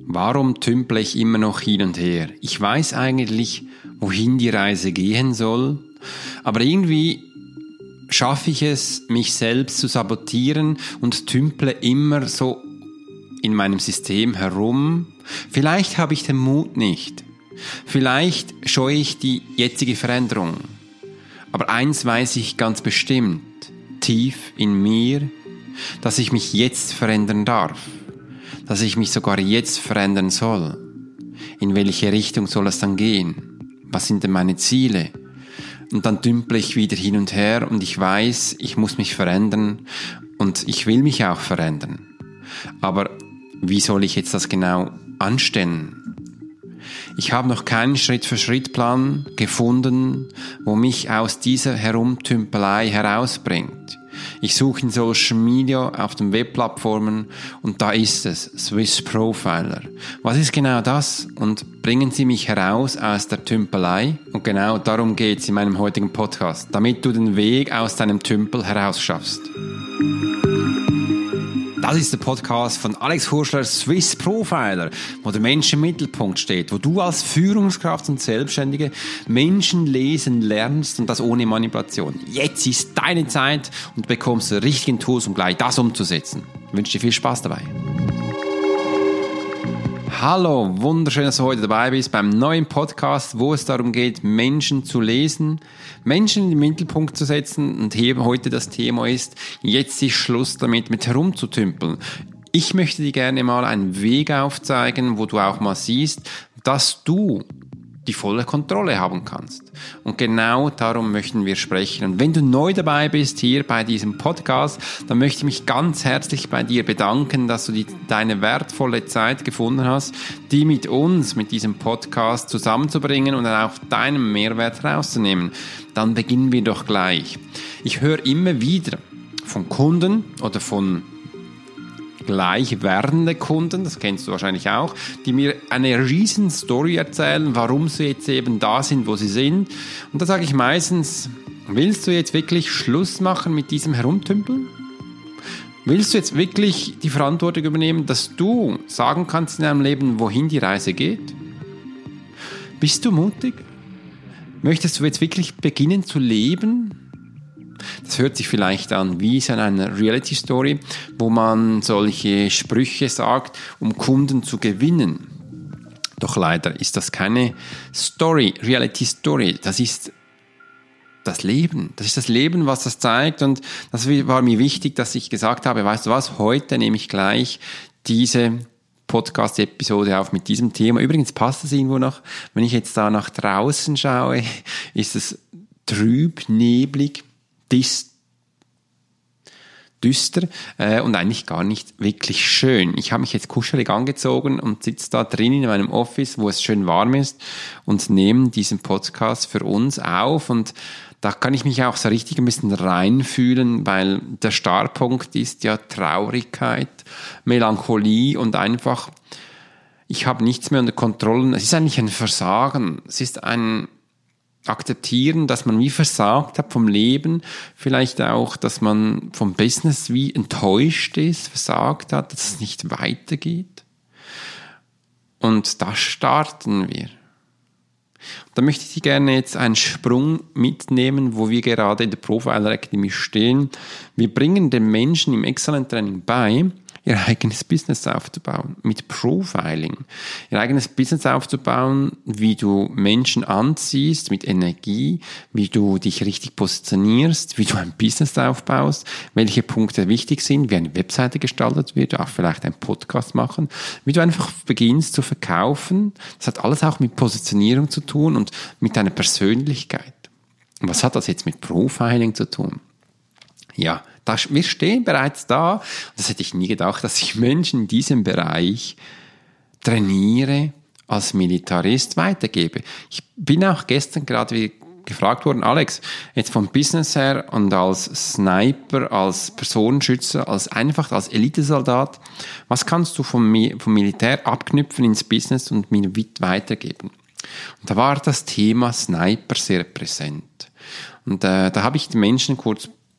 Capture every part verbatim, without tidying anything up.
Warum tümple ich immer noch hin und her? Ich weiß eigentlich, wohin die Reise gehen soll, aber irgendwie schaffe ich es, mich selbst zu sabotieren und tümple immer so in meinem System herum. Vielleicht habe ich den Mut nicht. Vielleicht scheue ich die jetzige Veränderung. Aber eins weiß ich ganz bestimmt, tief in mir, dass ich mich jetzt verändern darf. Dass ich mich sogar jetzt verändern soll. In welche Richtung soll es dann gehen? Was sind denn meine Ziele? Und dann tümple ich wieder hin und her und ich weiß, ich muss mich verändern und ich will mich auch verändern. Aber wie soll ich jetzt das genau anstellen? Ich habe noch keinen Schritt-für-Schritt-Plan gefunden, wo mich aus dieser Herumtümpelei herausbringt. Ich suche in Social Media, auf den Webplattformen und da ist es, Swiss Profiler. Was ist genau das? Und bringen Sie mich heraus aus der Tümpelei? Und genau darum geht es in meinem heutigen Podcast, damit du den Weg aus deinem Tümpel herausschaffst. Das ist der Podcast von Alex Hurschler, Swiss Profiler, wo der Mensch im Mittelpunkt steht, wo du als Führungskraft und Selbstständige Menschen lesen lernst und das ohne Manipulation. Jetzt ist deine Zeit und du bekommst die richtigen Tools, um gleich das umzusetzen. Ich wünsche dir viel Spaß dabei. Hallo, wunderschön, dass du heute dabei bist beim neuen Podcast, wo es darum geht, Menschen zu lesen, Menschen in den Mittelpunkt zu setzen und hier heute das Thema ist, jetzt ist Schluss damit, mit herumzutümpeln. Ich möchte dir gerne mal einen Weg aufzeigen, wo du auch mal siehst, dass du die volle Kontrolle haben kannst. Und genau darum möchten wir sprechen. Und wenn du neu dabei bist hier bei diesem Podcast, dann möchte ich mich ganz herzlich bei dir bedanken, dass du die, deine wertvolle Zeit gefunden hast, die mit uns, mit diesem Podcast zusammenzubringen und dann auch deinen Mehrwert rauszunehmen. Dann beginnen wir doch gleich. Ich höre immer wieder von Kunden oder von gleich werdende Kunden, das kennst du wahrscheinlich auch, die mir eine riesen Story erzählen, warum sie jetzt eben da sind, wo sie sind. Und da sage ich meistens, willst du jetzt wirklich Schluss machen mit diesem Herumtümpeln? Willst du jetzt wirklich die Verantwortung übernehmen, dass du sagen kannst in deinem Leben, wohin die Reise geht? Bist du mutig? Möchtest du jetzt wirklich beginnen zu leben? Das hört sich vielleicht an wie so eine Reality-Story, wo man solche Sprüche sagt, um Kunden zu gewinnen. Doch leider ist das keine Story, Reality-Story. Das ist das Leben. Das ist das Leben, was das zeigt. Und das war mir wichtig, dass ich gesagt habe, weißt du was, heute nehme ich gleich diese Podcast-Episode auf mit diesem Thema. Übrigens passt es irgendwo noch. Wenn ich jetzt da nach draußen schaue, ist es trüb, neblig, Dis, düster äh, und eigentlich gar nicht wirklich schön. Ich habe mich jetzt kuschelig angezogen und sitze da drin in meinem Office, wo es schön warm ist und nehme diesen Podcast für uns auf und da kann ich mich auch so richtig ein bisschen reinfühlen, weil der Startpunkt ist ja Traurigkeit, Melancholie und einfach, ich habe nichts mehr unter Kontrolle. Es ist eigentlich ein Versagen. Es ist ein Akzeptieren, dass man wie versagt hat vom Leben, vielleicht auch, dass man vom Business wie enttäuscht ist, versagt hat, dass es nicht weitergeht. Und da starten wir. Da möchte ich dir gerne jetzt einen Sprung mitnehmen, wo wir gerade in der Profiler Academy stehen. Wir bringen den Menschen im Excellent Training bei, ihr eigenes Business aufzubauen, mit Profiling. Ihr eigenes Business aufzubauen, wie du Menschen anziehst mit Energie, wie du dich richtig positionierst, wie du ein Business aufbaust, welche Punkte wichtig sind, wie eine Webseite gestaltet wird, auch vielleicht einen Podcast machen, wie du einfach beginnst zu verkaufen. Das hat alles auch mit Positionierung zu tun und mit deiner Persönlichkeit. Und was hat das jetzt mit Profiling zu tun? Ja, das, wir stehen bereits da. Das hätte ich nie gedacht, dass ich Menschen in diesem Bereich trainiere, als Militarist weitergebe. Ich bin auch gestern gerade wieder gefragt worden, Alex, jetzt vom Business her und als Sniper, als Personenschützer, als einfach als Elitesoldat, was kannst du vom, vom Militär abknüpfen ins Business und mir weitergeben? Und da war das Thema Sniper sehr präsent. Und äh, da habe ich den Menschen kurz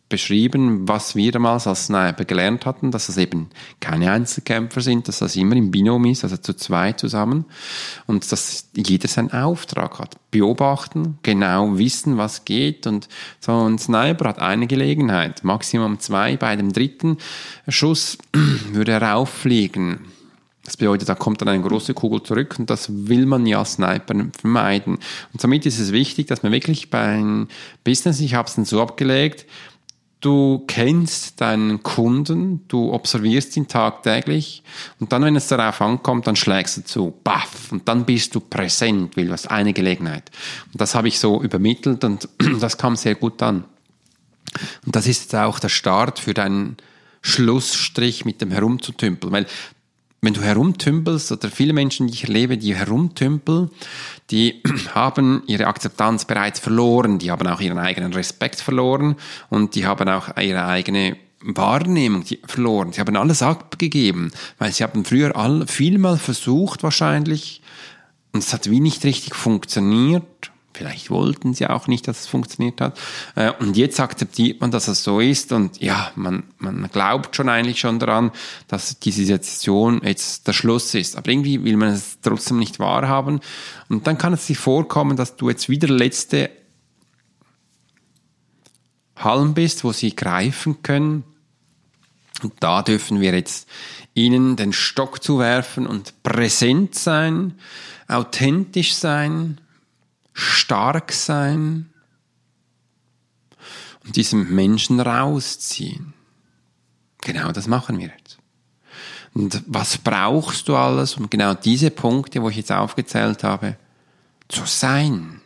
beschrieben, was wir damals als Sniper gelernt hatten, dass das eben keine Einzelkämpfer sind, dass das immer im Binom ist, also zu zweit zusammen und dass jeder seinen Auftrag hat. Beobachten, genau wissen, was geht und so ein Sniper hat eine Gelegenheit, maximum zwei, bei dem dritten Schuss würde er auffliegen. Das bedeutet, da kommt dann eine große Kugel zurück und das will man ja als Sniper vermeiden. Und somit ist es wichtig, dass man wirklich beim Business, ich habe es dann so abgelegt, du kennst deinen Kunden, du observierst ihn tagtäglich und dann, wenn es darauf ankommt, dann schlägst du zu, baff, und dann bist du präsent, weil du hast eine Gelegenheit. Und das habe ich so übermittelt und das kam sehr gut an. Und das ist jetzt auch der Start für deinen Schlussstrich mit dem Herumzutümpeln, weil wenn du herumtümpelst, oder viele Menschen, die ich erlebe, die herumtümpeln, die haben ihre Akzeptanz bereits verloren, die haben auch ihren eigenen Respekt verloren und die haben auch ihre eigene Wahrnehmung verloren. Sie haben alles abgegeben, weil sie haben früher all, vielmal versucht wahrscheinlich und es hat wie nicht richtig funktioniert. Vielleicht wollten sie auch nicht, dass es funktioniert hat. Und jetzt akzeptiert man, dass es so ist. Und ja, man, man glaubt schon eigentlich schon daran, dass diese Situation jetzt der Schluss ist. Aber irgendwie will man es trotzdem nicht wahrhaben. Und dann kann es sich vorkommen, dass du jetzt wieder der letzte Halm bist, wo sie greifen können. Und da dürfen wir jetzt ihnen den Stock zuwerfen und präsent sein, authentisch sein, stark sein und diesem Menschen rausziehen. Genau das machen wir jetzt. Und was brauchst du alles, um genau diese Punkte, wo ich jetzt aufgezählt habe, zu sein?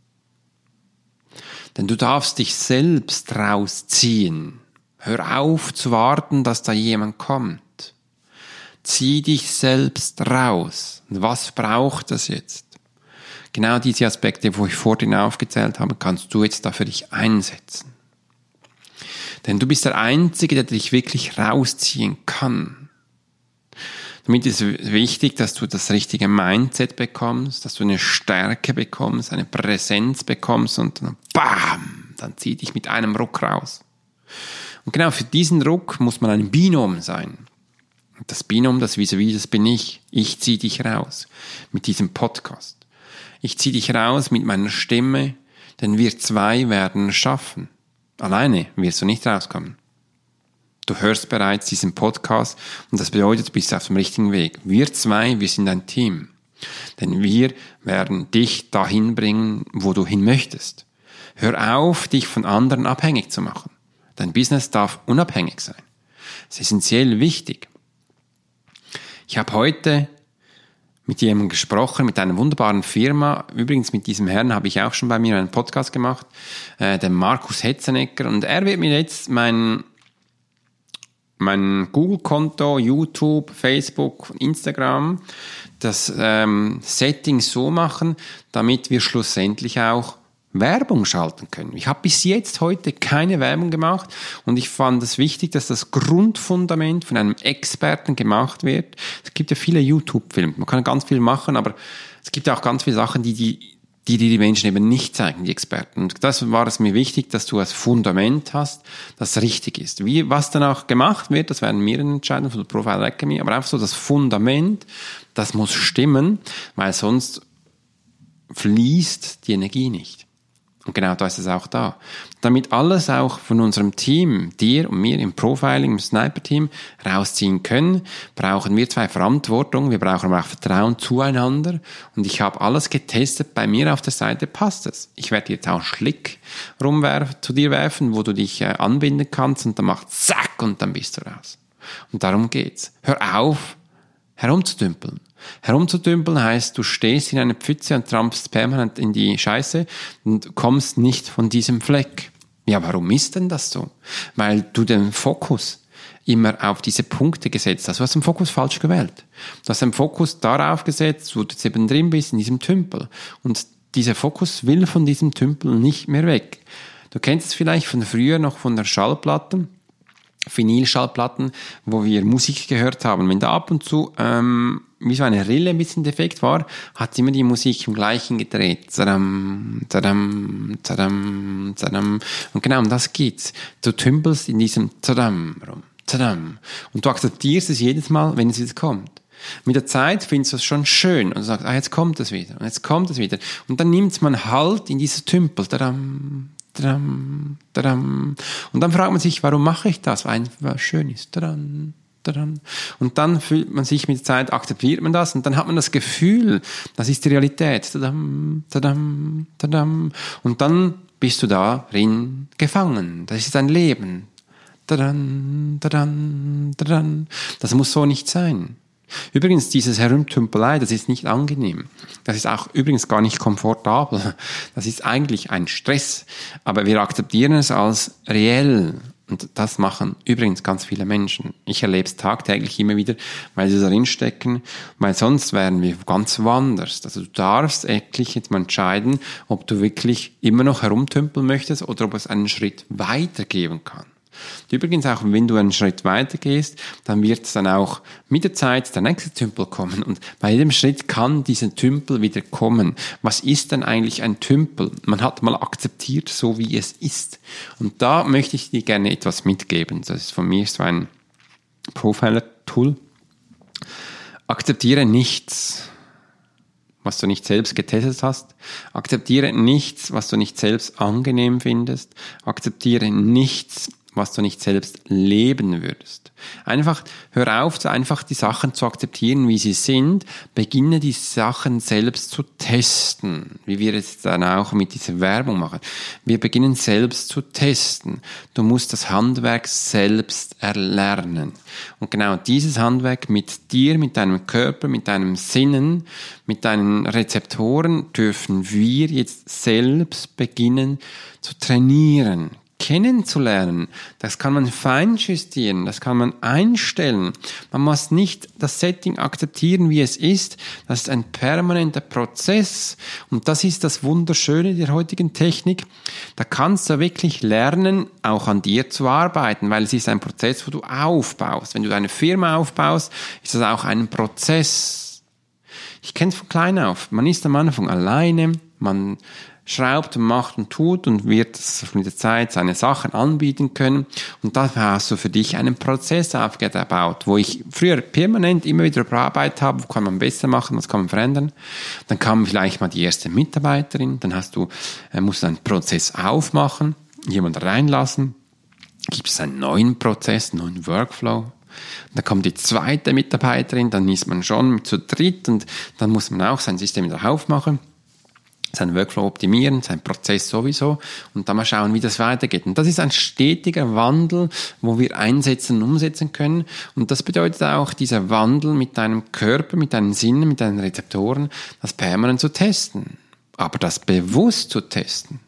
Denn du darfst dich selbst rausziehen. Hör auf zu warten, dass da jemand kommt. Zieh dich selbst raus. Und was braucht das jetzt? Genau diese Aspekte, wo ich vorhin aufgezählt habe, kannst du jetzt da für dich einsetzen. Denn du bist der Einzige, der dich wirklich rausziehen kann. Damit ist es wichtig, dass du das richtige Mindset bekommst, dass du eine Stärke bekommst, eine Präsenz bekommst und dann bam, dann zieh dich mit einem Ruck raus. Und genau für diesen Ruck muss man ein Binom sein. Und das Binom, das vis-à-vis, das bin ich. Ich zieh dich raus mit diesem Podcast. Ich zieh dich raus mit meiner Stimme, denn wir zwei werden es schaffen. Alleine wirst du nicht rauskommen. Du hörst bereits diesen Podcast und das bedeutet, du bist auf dem richtigen Weg. Wir zwei, wir sind ein Team. Denn wir werden dich dahin bringen, wo du hin möchtest. Hör auf, dich von anderen abhängig zu machen. Dein Business darf unabhängig sein. Das ist essentiell wichtig. Ich habe heute mit jemandem gesprochen, mit einer wunderbaren Firma. Übrigens, mit diesem Herrn habe ich auch schon bei mir einen Podcast gemacht, äh, den Markus Hetzenecker. Und er wird mir jetzt mein, mein Google-Konto, YouTube, Facebook, Instagram, das ähm, Setting so machen, damit wir schlussendlich auch Werbung schalten können. Ich habe bis jetzt heute keine Werbung gemacht und ich fand es wichtig, dass das Grundfundament von einem Experten gemacht wird. Es gibt ja viele YouTube-Filme, man kann ganz viel machen, aber es gibt auch ganz viele Sachen, die die, die, die, die Menschen eben nicht zeigen, die Experten. Und das war es mir wichtig, dass du als Fundament hast, das richtig ist. Wie, was danach gemacht wird, das werden wir entscheiden von der Profile Academy, aber einfach so das Fundament, das muss stimmen, weil sonst fließt die Energie nicht. Und genau da ist es auch da. Damit alles auch von unserem Team, dir und mir im Profiling, im Sniper-Team rausziehen können, brauchen wir zwei Verantwortung, wir brauchen auch Vertrauen zueinander und ich habe alles getestet, bei mir auf der Seite passt es. Ich werde jetzt auch einen Schlick rumwerfen, zu dir werfen, wo du dich äh, anbinden kannst und dann macht zack und dann bist du raus. Und darum geht's. Hör auf, herumzudümpeln. Herumzudümpeln heißt, du stehst in einer Pfütze und trampst permanent in die Scheiße und kommst nicht von diesem Fleck. Ja, warum ist denn das so? Weil du den Fokus immer auf diese Punkte gesetzt hast. Du hast den Fokus falsch gewählt. Du hast den Fokus darauf gesetzt, wo du jetzt eben drin bist, in diesem Tümpel. Und dieser Fokus will von diesem Tümpel nicht mehr weg. Du kennst es vielleicht von früher noch von der Schallplatte. Vinylschallplatten, wo wir Musik gehört haben. Wenn da ab und zu ähm, wie so eine Rille ein bisschen defekt war, hat sie immer die Musik im Gleichen gedreht. Zadam, zadam, zadam, zadam. Und genau um das geht's. Du tümpelst in diesem Zadam rum. Zadam. Und du akzeptierst es jedes Mal, wenn es wieder kommt. Mit der Zeit findest du es schon schön und du sagst, ah, jetzt kommt es wieder und jetzt kommt es wieder. Und dann nimmt man Halt in diese Tümpel. Tadam, tadam, tadam. Und dann fragt man sich, warum mache ich das? Weil es schön ist. Tadam, tadam. Und dann fühlt man sich mit der Zeit, akzeptiert man das und dann hat man das Gefühl, das ist die Realität. Tadam, tadam, tadam. Und dann bist du darin gefangen. Das ist dein Leben. Tadam, tadam, tadam. Das muss so nicht sein. Übrigens, dieses Herumtümpelei, das ist nicht angenehm. Das ist auch übrigens gar nicht komfortabel. Das ist eigentlich ein Stress. Aber wir akzeptieren es als reell. Und das machen übrigens ganz viele Menschen. Ich erlebe es tagtäglich immer wieder, weil sie darin stecken, weil sonst wären wir ganz woanders. Also du darfst wirklich jetzt mal entscheiden, ob du wirklich immer noch herumtümpeln möchtest oder ob es einen Schritt weitergeben kann. Übrigens auch, wenn du einen Schritt weiter gehst, dann wird es dann auch mit der Zeit der nächste Tümpel kommen und bei jedem Schritt kann dieser Tümpel wieder kommen. Was ist denn eigentlich ein Tümpel? Man hat mal akzeptiert, so wie es ist. Und da möchte ich dir gerne etwas mitgeben. Das ist von mir so ein Profiler-Tool. Akzeptiere nichts, was du nicht selbst getestet hast. Akzeptiere nichts, was du nicht selbst angenehm findest. Akzeptiere nichts, was du nicht selbst leben würdest. Einfach, hör auf, einfach die Sachen zu akzeptieren, wie sie sind. Beginne die Sachen selbst zu testen, wie wir jetzt dann auch mit dieser Werbung machen. Wir beginnen selbst zu testen. Du musst das Handwerk selbst erlernen. Und genau dieses Handwerk mit dir, mit deinem Körper, mit deinem Sinnen, mit deinen Rezeptoren dürfen wir jetzt selbst beginnen zu trainieren, kennenzulernen. Das kann man feinjustieren, das kann man einstellen. Man muss nicht das Setting akzeptieren, wie es ist. Das ist ein permanenter Prozess und das ist das Wunderschöne der heutigen Technik. Da kannst du wirklich lernen, auch an dir zu arbeiten, weil es ist ein Prozess, wo du aufbaust. Wenn du deine Firma aufbaust, ist das auch ein Prozess. Ich kenne es von klein auf. Man ist am Anfang alleine, man schraubt und macht und tut und wird mit der Zeit seine Sachen anbieten können. Und dafür hast du für dich einen Prozess aufgebaut, wo ich früher permanent immer wieder bearbeitet habe, wo kann man besser machen, was kann man verändern. Dann kam vielleicht mal die erste Mitarbeiterin, dann hast du, äh, musst du einen Prozess aufmachen, jemanden reinlassen, gibt es einen neuen Prozess, einen neuen Workflow. Dann kommt die zweite Mitarbeiterin, dann ist man schon zu dritt und dann muss man auch sein System wieder aufmachen, seinen Workflow optimieren, seinen Prozess sowieso und dann mal schauen, wie das weitergeht. Und das ist ein stetiger Wandel, wo wir einsetzen und umsetzen können. Und das bedeutet auch, dieser Wandel mit deinem Körper, mit deinen Sinnen, mit deinen Rezeptoren, das permanent zu testen. Aber das bewusst zu testen.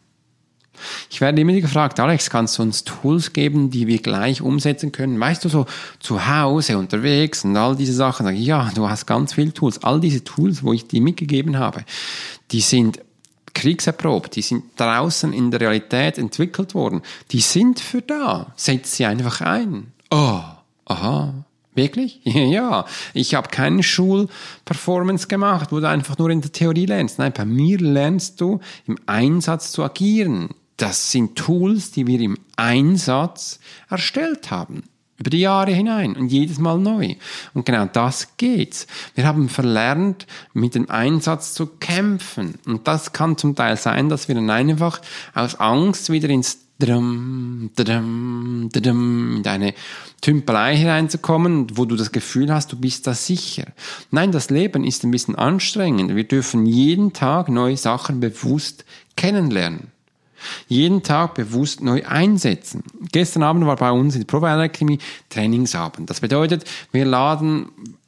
Ich werde immer gefragt, Alex, kannst du uns Tools geben, die wir gleich umsetzen können? Weißt du, so zu Hause, unterwegs und all diese Sachen. Sag ich, ja, du hast ganz viele Tools. All diese Tools, wo ich dir mitgegeben habe, die sind kriegserprobt, die sind draußen in der Realität entwickelt worden. Die sind für da. Setz sie einfach ein. Oh, aha. Wirklich? Ja, ich habe keine Schulperformance gemacht, wo du einfach nur in der Theorie lernst. Nein, bei mir lernst du im Einsatz zu agieren. Das sind Tools, die wir im Einsatz erstellt haben. Über die Jahre hinein und jedes Mal neu. Und genau das geht's. Wir haben verlernt, mit dem Einsatz zu kämpfen. Und das kann zum Teil sein, dass wir dann einfach aus Angst wieder ins Drum, drum, drum, in deine Tümpelei hineinzukommen, wo du das Gefühl hast, du bist da sicher. Nein, das Leben ist ein bisschen anstrengend. Wir dürfen jeden Tag neue Sachen bewusst kennenlernen. Jeden Tag bewusst neu einsetzen. Gestern Abend war bei uns in der Profiler Academy Trainingsabend. Das bedeutet, wir laden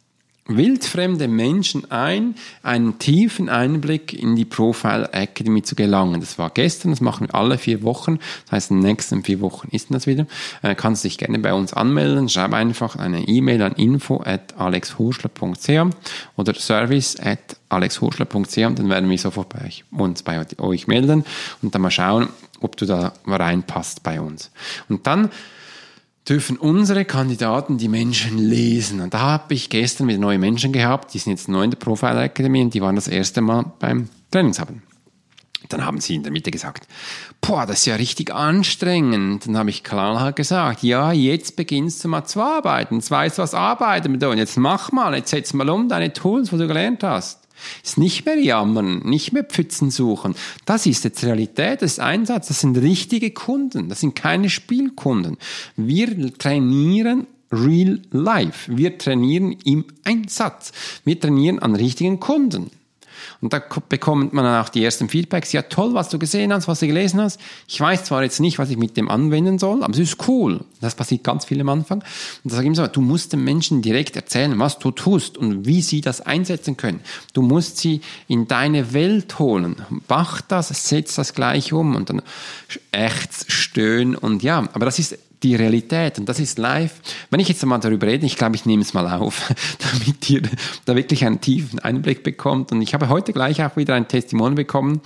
wildfremde Menschen ein, einen tiefen Einblick in die Profile Academy zu gelangen. Das war gestern, das machen wir alle vier Wochen. Das heißt, in den nächsten vier Wochen ist das wieder. Äh, kannst dich gerne bei uns anmelden. Schreib einfach eine E-Mail an info at alexhurschler punkt c h oder service at alexhurschler punkt c h und dann werden wir sofort bei euch, uns bei euch melden und dann mal schauen, ob du da reinpasst bei uns. Und dann dürfen unsere Kandidaten die Menschen lesen. Und da habe ich gestern wieder neue Menschen gehabt, die sind jetzt neu in der Profiler Academy und die waren das erste Mal beim Trainingsabend. Dann haben sie in der Mitte gesagt, boah, das ist ja richtig anstrengend. Dann habe ich klar gesagt, ja, jetzt beginnst du mal zu arbeiten. Jetzt weißt du, was arbeiten wir da. Und jetzt mach mal, jetzt setz mal um deine Tools, was du gelernt hast. Ist nicht mehr jammern, nicht mehr Pfützen suchen. Das ist jetzt Realität, das ist Einsatz, das sind richtige Kunden, das sind keine Spielkunden. Wir trainieren real life. Wir trainieren im Einsatz. Wir trainieren an richtigen Kunden. Und da bekommt man dann auch die ersten Feedbacks. Ja, toll, was du gesehen hast, was du gelesen hast. Ich weiß zwar jetzt nicht, was ich mit dem anwenden soll, aber es ist cool. Das passiert ganz viel am Anfang. Und da sage ich immer so, du musst den Menschen direkt erzählen, was du tust und wie sie das einsetzen können. Du musst sie in deine Welt holen. Mach das, setz das gleich um und dann ächz, stöhn und ja, aber das ist die Realität und das ist live. Wenn ich jetzt mal darüber rede, ich glaube, ich nehme es mal auf, damit ihr da wirklich einen tiefen Einblick bekommt. Und ich habe heute gleich auch wieder ein Testimonial bekommen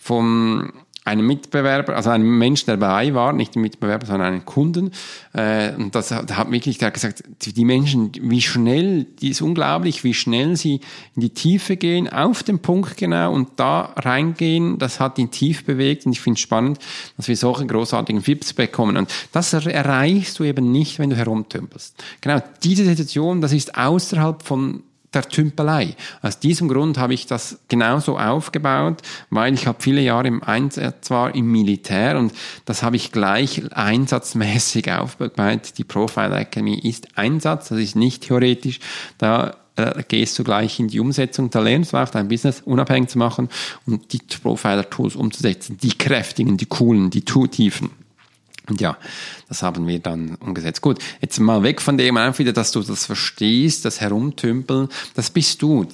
von einem Mitbewerber, also einem Menschen, der dabei war, nicht ein Mitbewerber, sondern einen Kunden. Und das hat wirklich gesagt, die Menschen, wie schnell, die ist unglaublich, wie schnell sie in die Tiefe gehen, auf den Punkt genau und da reingehen. Das hat ihn tief bewegt und ich finde es spannend, dass wir solche großartigen Tipps bekommen. Und das erreichst du eben nicht, wenn du herumtümpelst. Genau, diese Situation, das ist außerhalb von der Tümpelei. Aus diesem Grund habe ich das genauso aufgebaut, weil ich habe viele Jahre im Einsatz war im Militär und das habe ich gleich einsatzmäßig aufgebaut. Die Profiler Academy ist Einsatz, das ist nicht theoretisch. Da äh, gehst du gleich in die Umsetzung, da lernst du auch dein Business unabhängig zu machen und die Profiler-Tools umzusetzen, die kräftigen, die coolen, die tiefen. Und ja, das haben wir dann umgesetzt. Gut, jetzt mal weg von dem einfach wieder, dass du das verstehst, das Herumtümpeln, das bist du.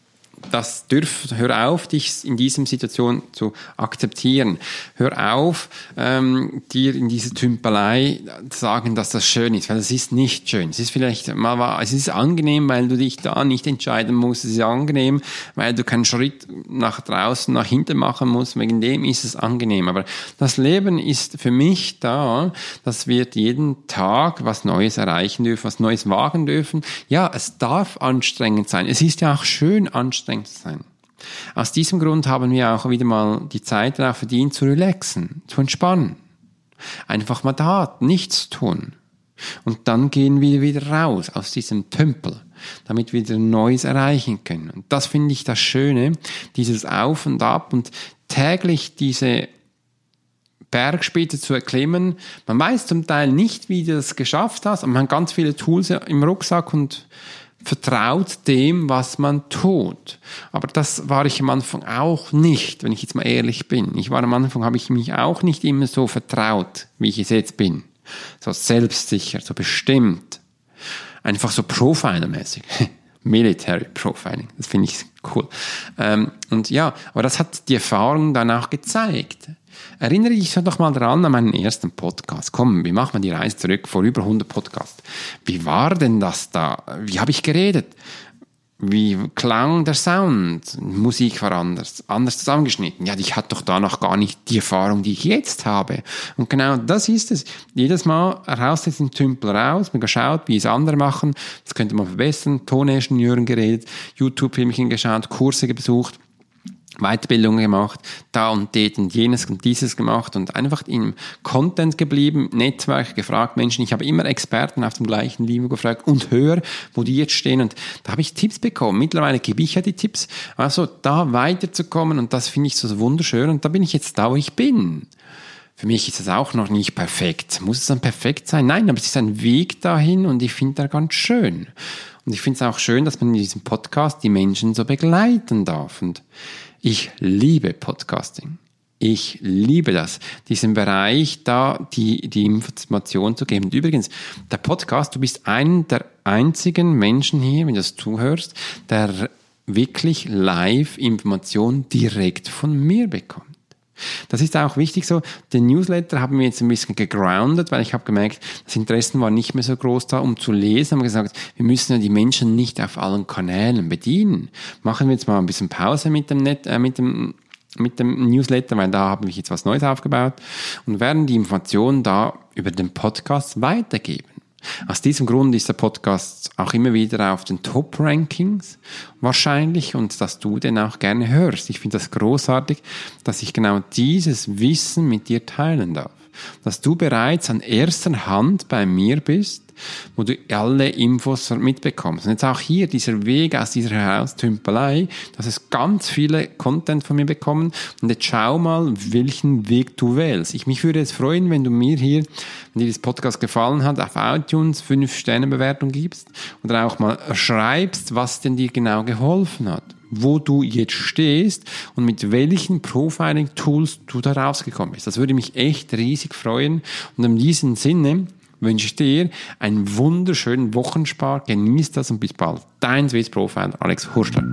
Das dürf, hör auf, dich in dieser Situation zu akzeptieren. Hör auf, ähm, dir in dieser Tümpelei sagen, dass das schön ist, weil es ist nicht schön. Es ist vielleicht mal, es ist angenehm, weil du dich da nicht entscheiden musst. Es ist angenehm, weil du keinen Schritt nach draußen, nach hinten machen musst. Wegen dem ist es angenehm. Aber das Leben ist für mich da, dass wir jeden Tag was Neues erreichen dürfen, was Neues wagen dürfen. Ja, es darf anstrengend sein. Es ist ja auch schön anstrengend sein. Aus diesem Grund haben wir auch wieder mal die Zeit darauf verdient, zu relaxen, zu entspannen. Einfach mal da, nichts tun. Und dann gehen wir wieder raus aus diesem Tümpel, damit wir wieder Neues erreichen können. Und das finde ich das Schöne, dieses Auf und Ab und täglich diese Bergspitze zu erklimmen. Man weiß zum Teil nicht, wie du das geschafft hast, aber man hat ganz viele Tools im Rucksack und vertraut dem, was man tut. Aber das war ich am Anfang auch nicht, wenn ich jetzt mal ehrlich bin. Ich war am Anfang, habe ich mich auch nicht immer so vertraut, wie ich es jetzt bin. So selbstsicher, so bestimmt. Einfach so Profiler-mäßig. Military Profiling, das finde ich cool. Ähm, und ja, aber das hat die Erfahrung dann auch gezeigt. Erinnere dich doch mal daran an meinen ersten Podcast. Komm, wir machen mal die Reise zurück vor über hundert Podcasts. Wie war denn das da? Wie habe ich geredet? Wie klang der Sound? Musik war anders, anders zusammengeschnitten. Ja, ich hatte doch da noch gar nicht die Erfahrung, die ich jetzt habe. Und genau das ist es. Jedes Mal raus aus dem Tümpel raus, man geschaut, wie es andere machen. Das könnte man verbessern. Toningenieuren geredet, YouTube-Filmchen geschaut, Kurse besucht. Weiterbildungen gemacht, da und dort und jenes und dieses gemacht und einfach im Content geblieben, Netzwerk gefragt, Menschen, ich habe immer Experten auf dem gleichen Niveau gefragt und höre, wo die jetzt stehen und da habe ich Tipps bekommen. Mittlerweile gebe ich ja die Tipps, also da weiterzukommen und das finde ich so wunderschön und da bin ich jetzt da, wo ich bin. Für mich ist es auch noch nicht perfekt. Muss es dann perfekt sein? Nein, aber es ist ein Weg dahin und ich finde das ganz schön. Und ich finde es auch schön, dass man in diesem Podcast die Menschen so begleiten darf und ich liebe Podcasting. Ich liebe das, diesen Bereich da, die, die Information zu geben. Und übrigens, der Podcast, du bist einer der einzigen Menschen hier, wenn du das zuhörst, der wirklich Live-Informationen direkt von mir bekommt. Das ist auch wichtig so. Den Newsletter haben wir jetzt ein bisschen gegroundet, weil ich habe gemerkt, das Interesse war nicht mehr so groß da, um zu lesen. Haben wir gesagt, wir müssen ja die Menschen nicht auf allen Kanälen bedienen. Machen wir jetzt mal ein bisschen Pause mit dem, Net, äh, mit dem, mit dem Newsletter, weil da haben wir jetzt was Neues aufgebaut und werden die Informationen da über den Podcast weitergeben. Aus diesem Grund ist der Podcast auch immer wieder auf den Top-Rankings wahrscheinlich und dass du den auch gerne hörst. Ich finde das großartig, dass ich genau dieses Wissen mit dir teilen darf. Dass du bereits an erster Hand bei mir bist, wo du alle Infos mitbekommst. Und jetzt auch hier dieser Weg aus dieser Heraustümpelei, dass es ganz viele Content von mir bekommen. Und jetzt schau mal, welchen Weg du wählst. Ich mich würde jetzt freuen, wenn du mir hier, wenn dir das Podcast gefallen hat, auf iTunes fünf Sterne Bewertung gibst oder auch mal schreibst, was denn dir genau geholfen hat, wo du jetzt stehst und mit welchen Profiling-Tools du da rausgekommen bist. Das würde mich echt riesig freuen. Und in diesem Sinne wünsche ich dir einen wunderschönen Wochenspar. Genieß das und bis bald. Dein Swiss Profiler Alex Hurschler.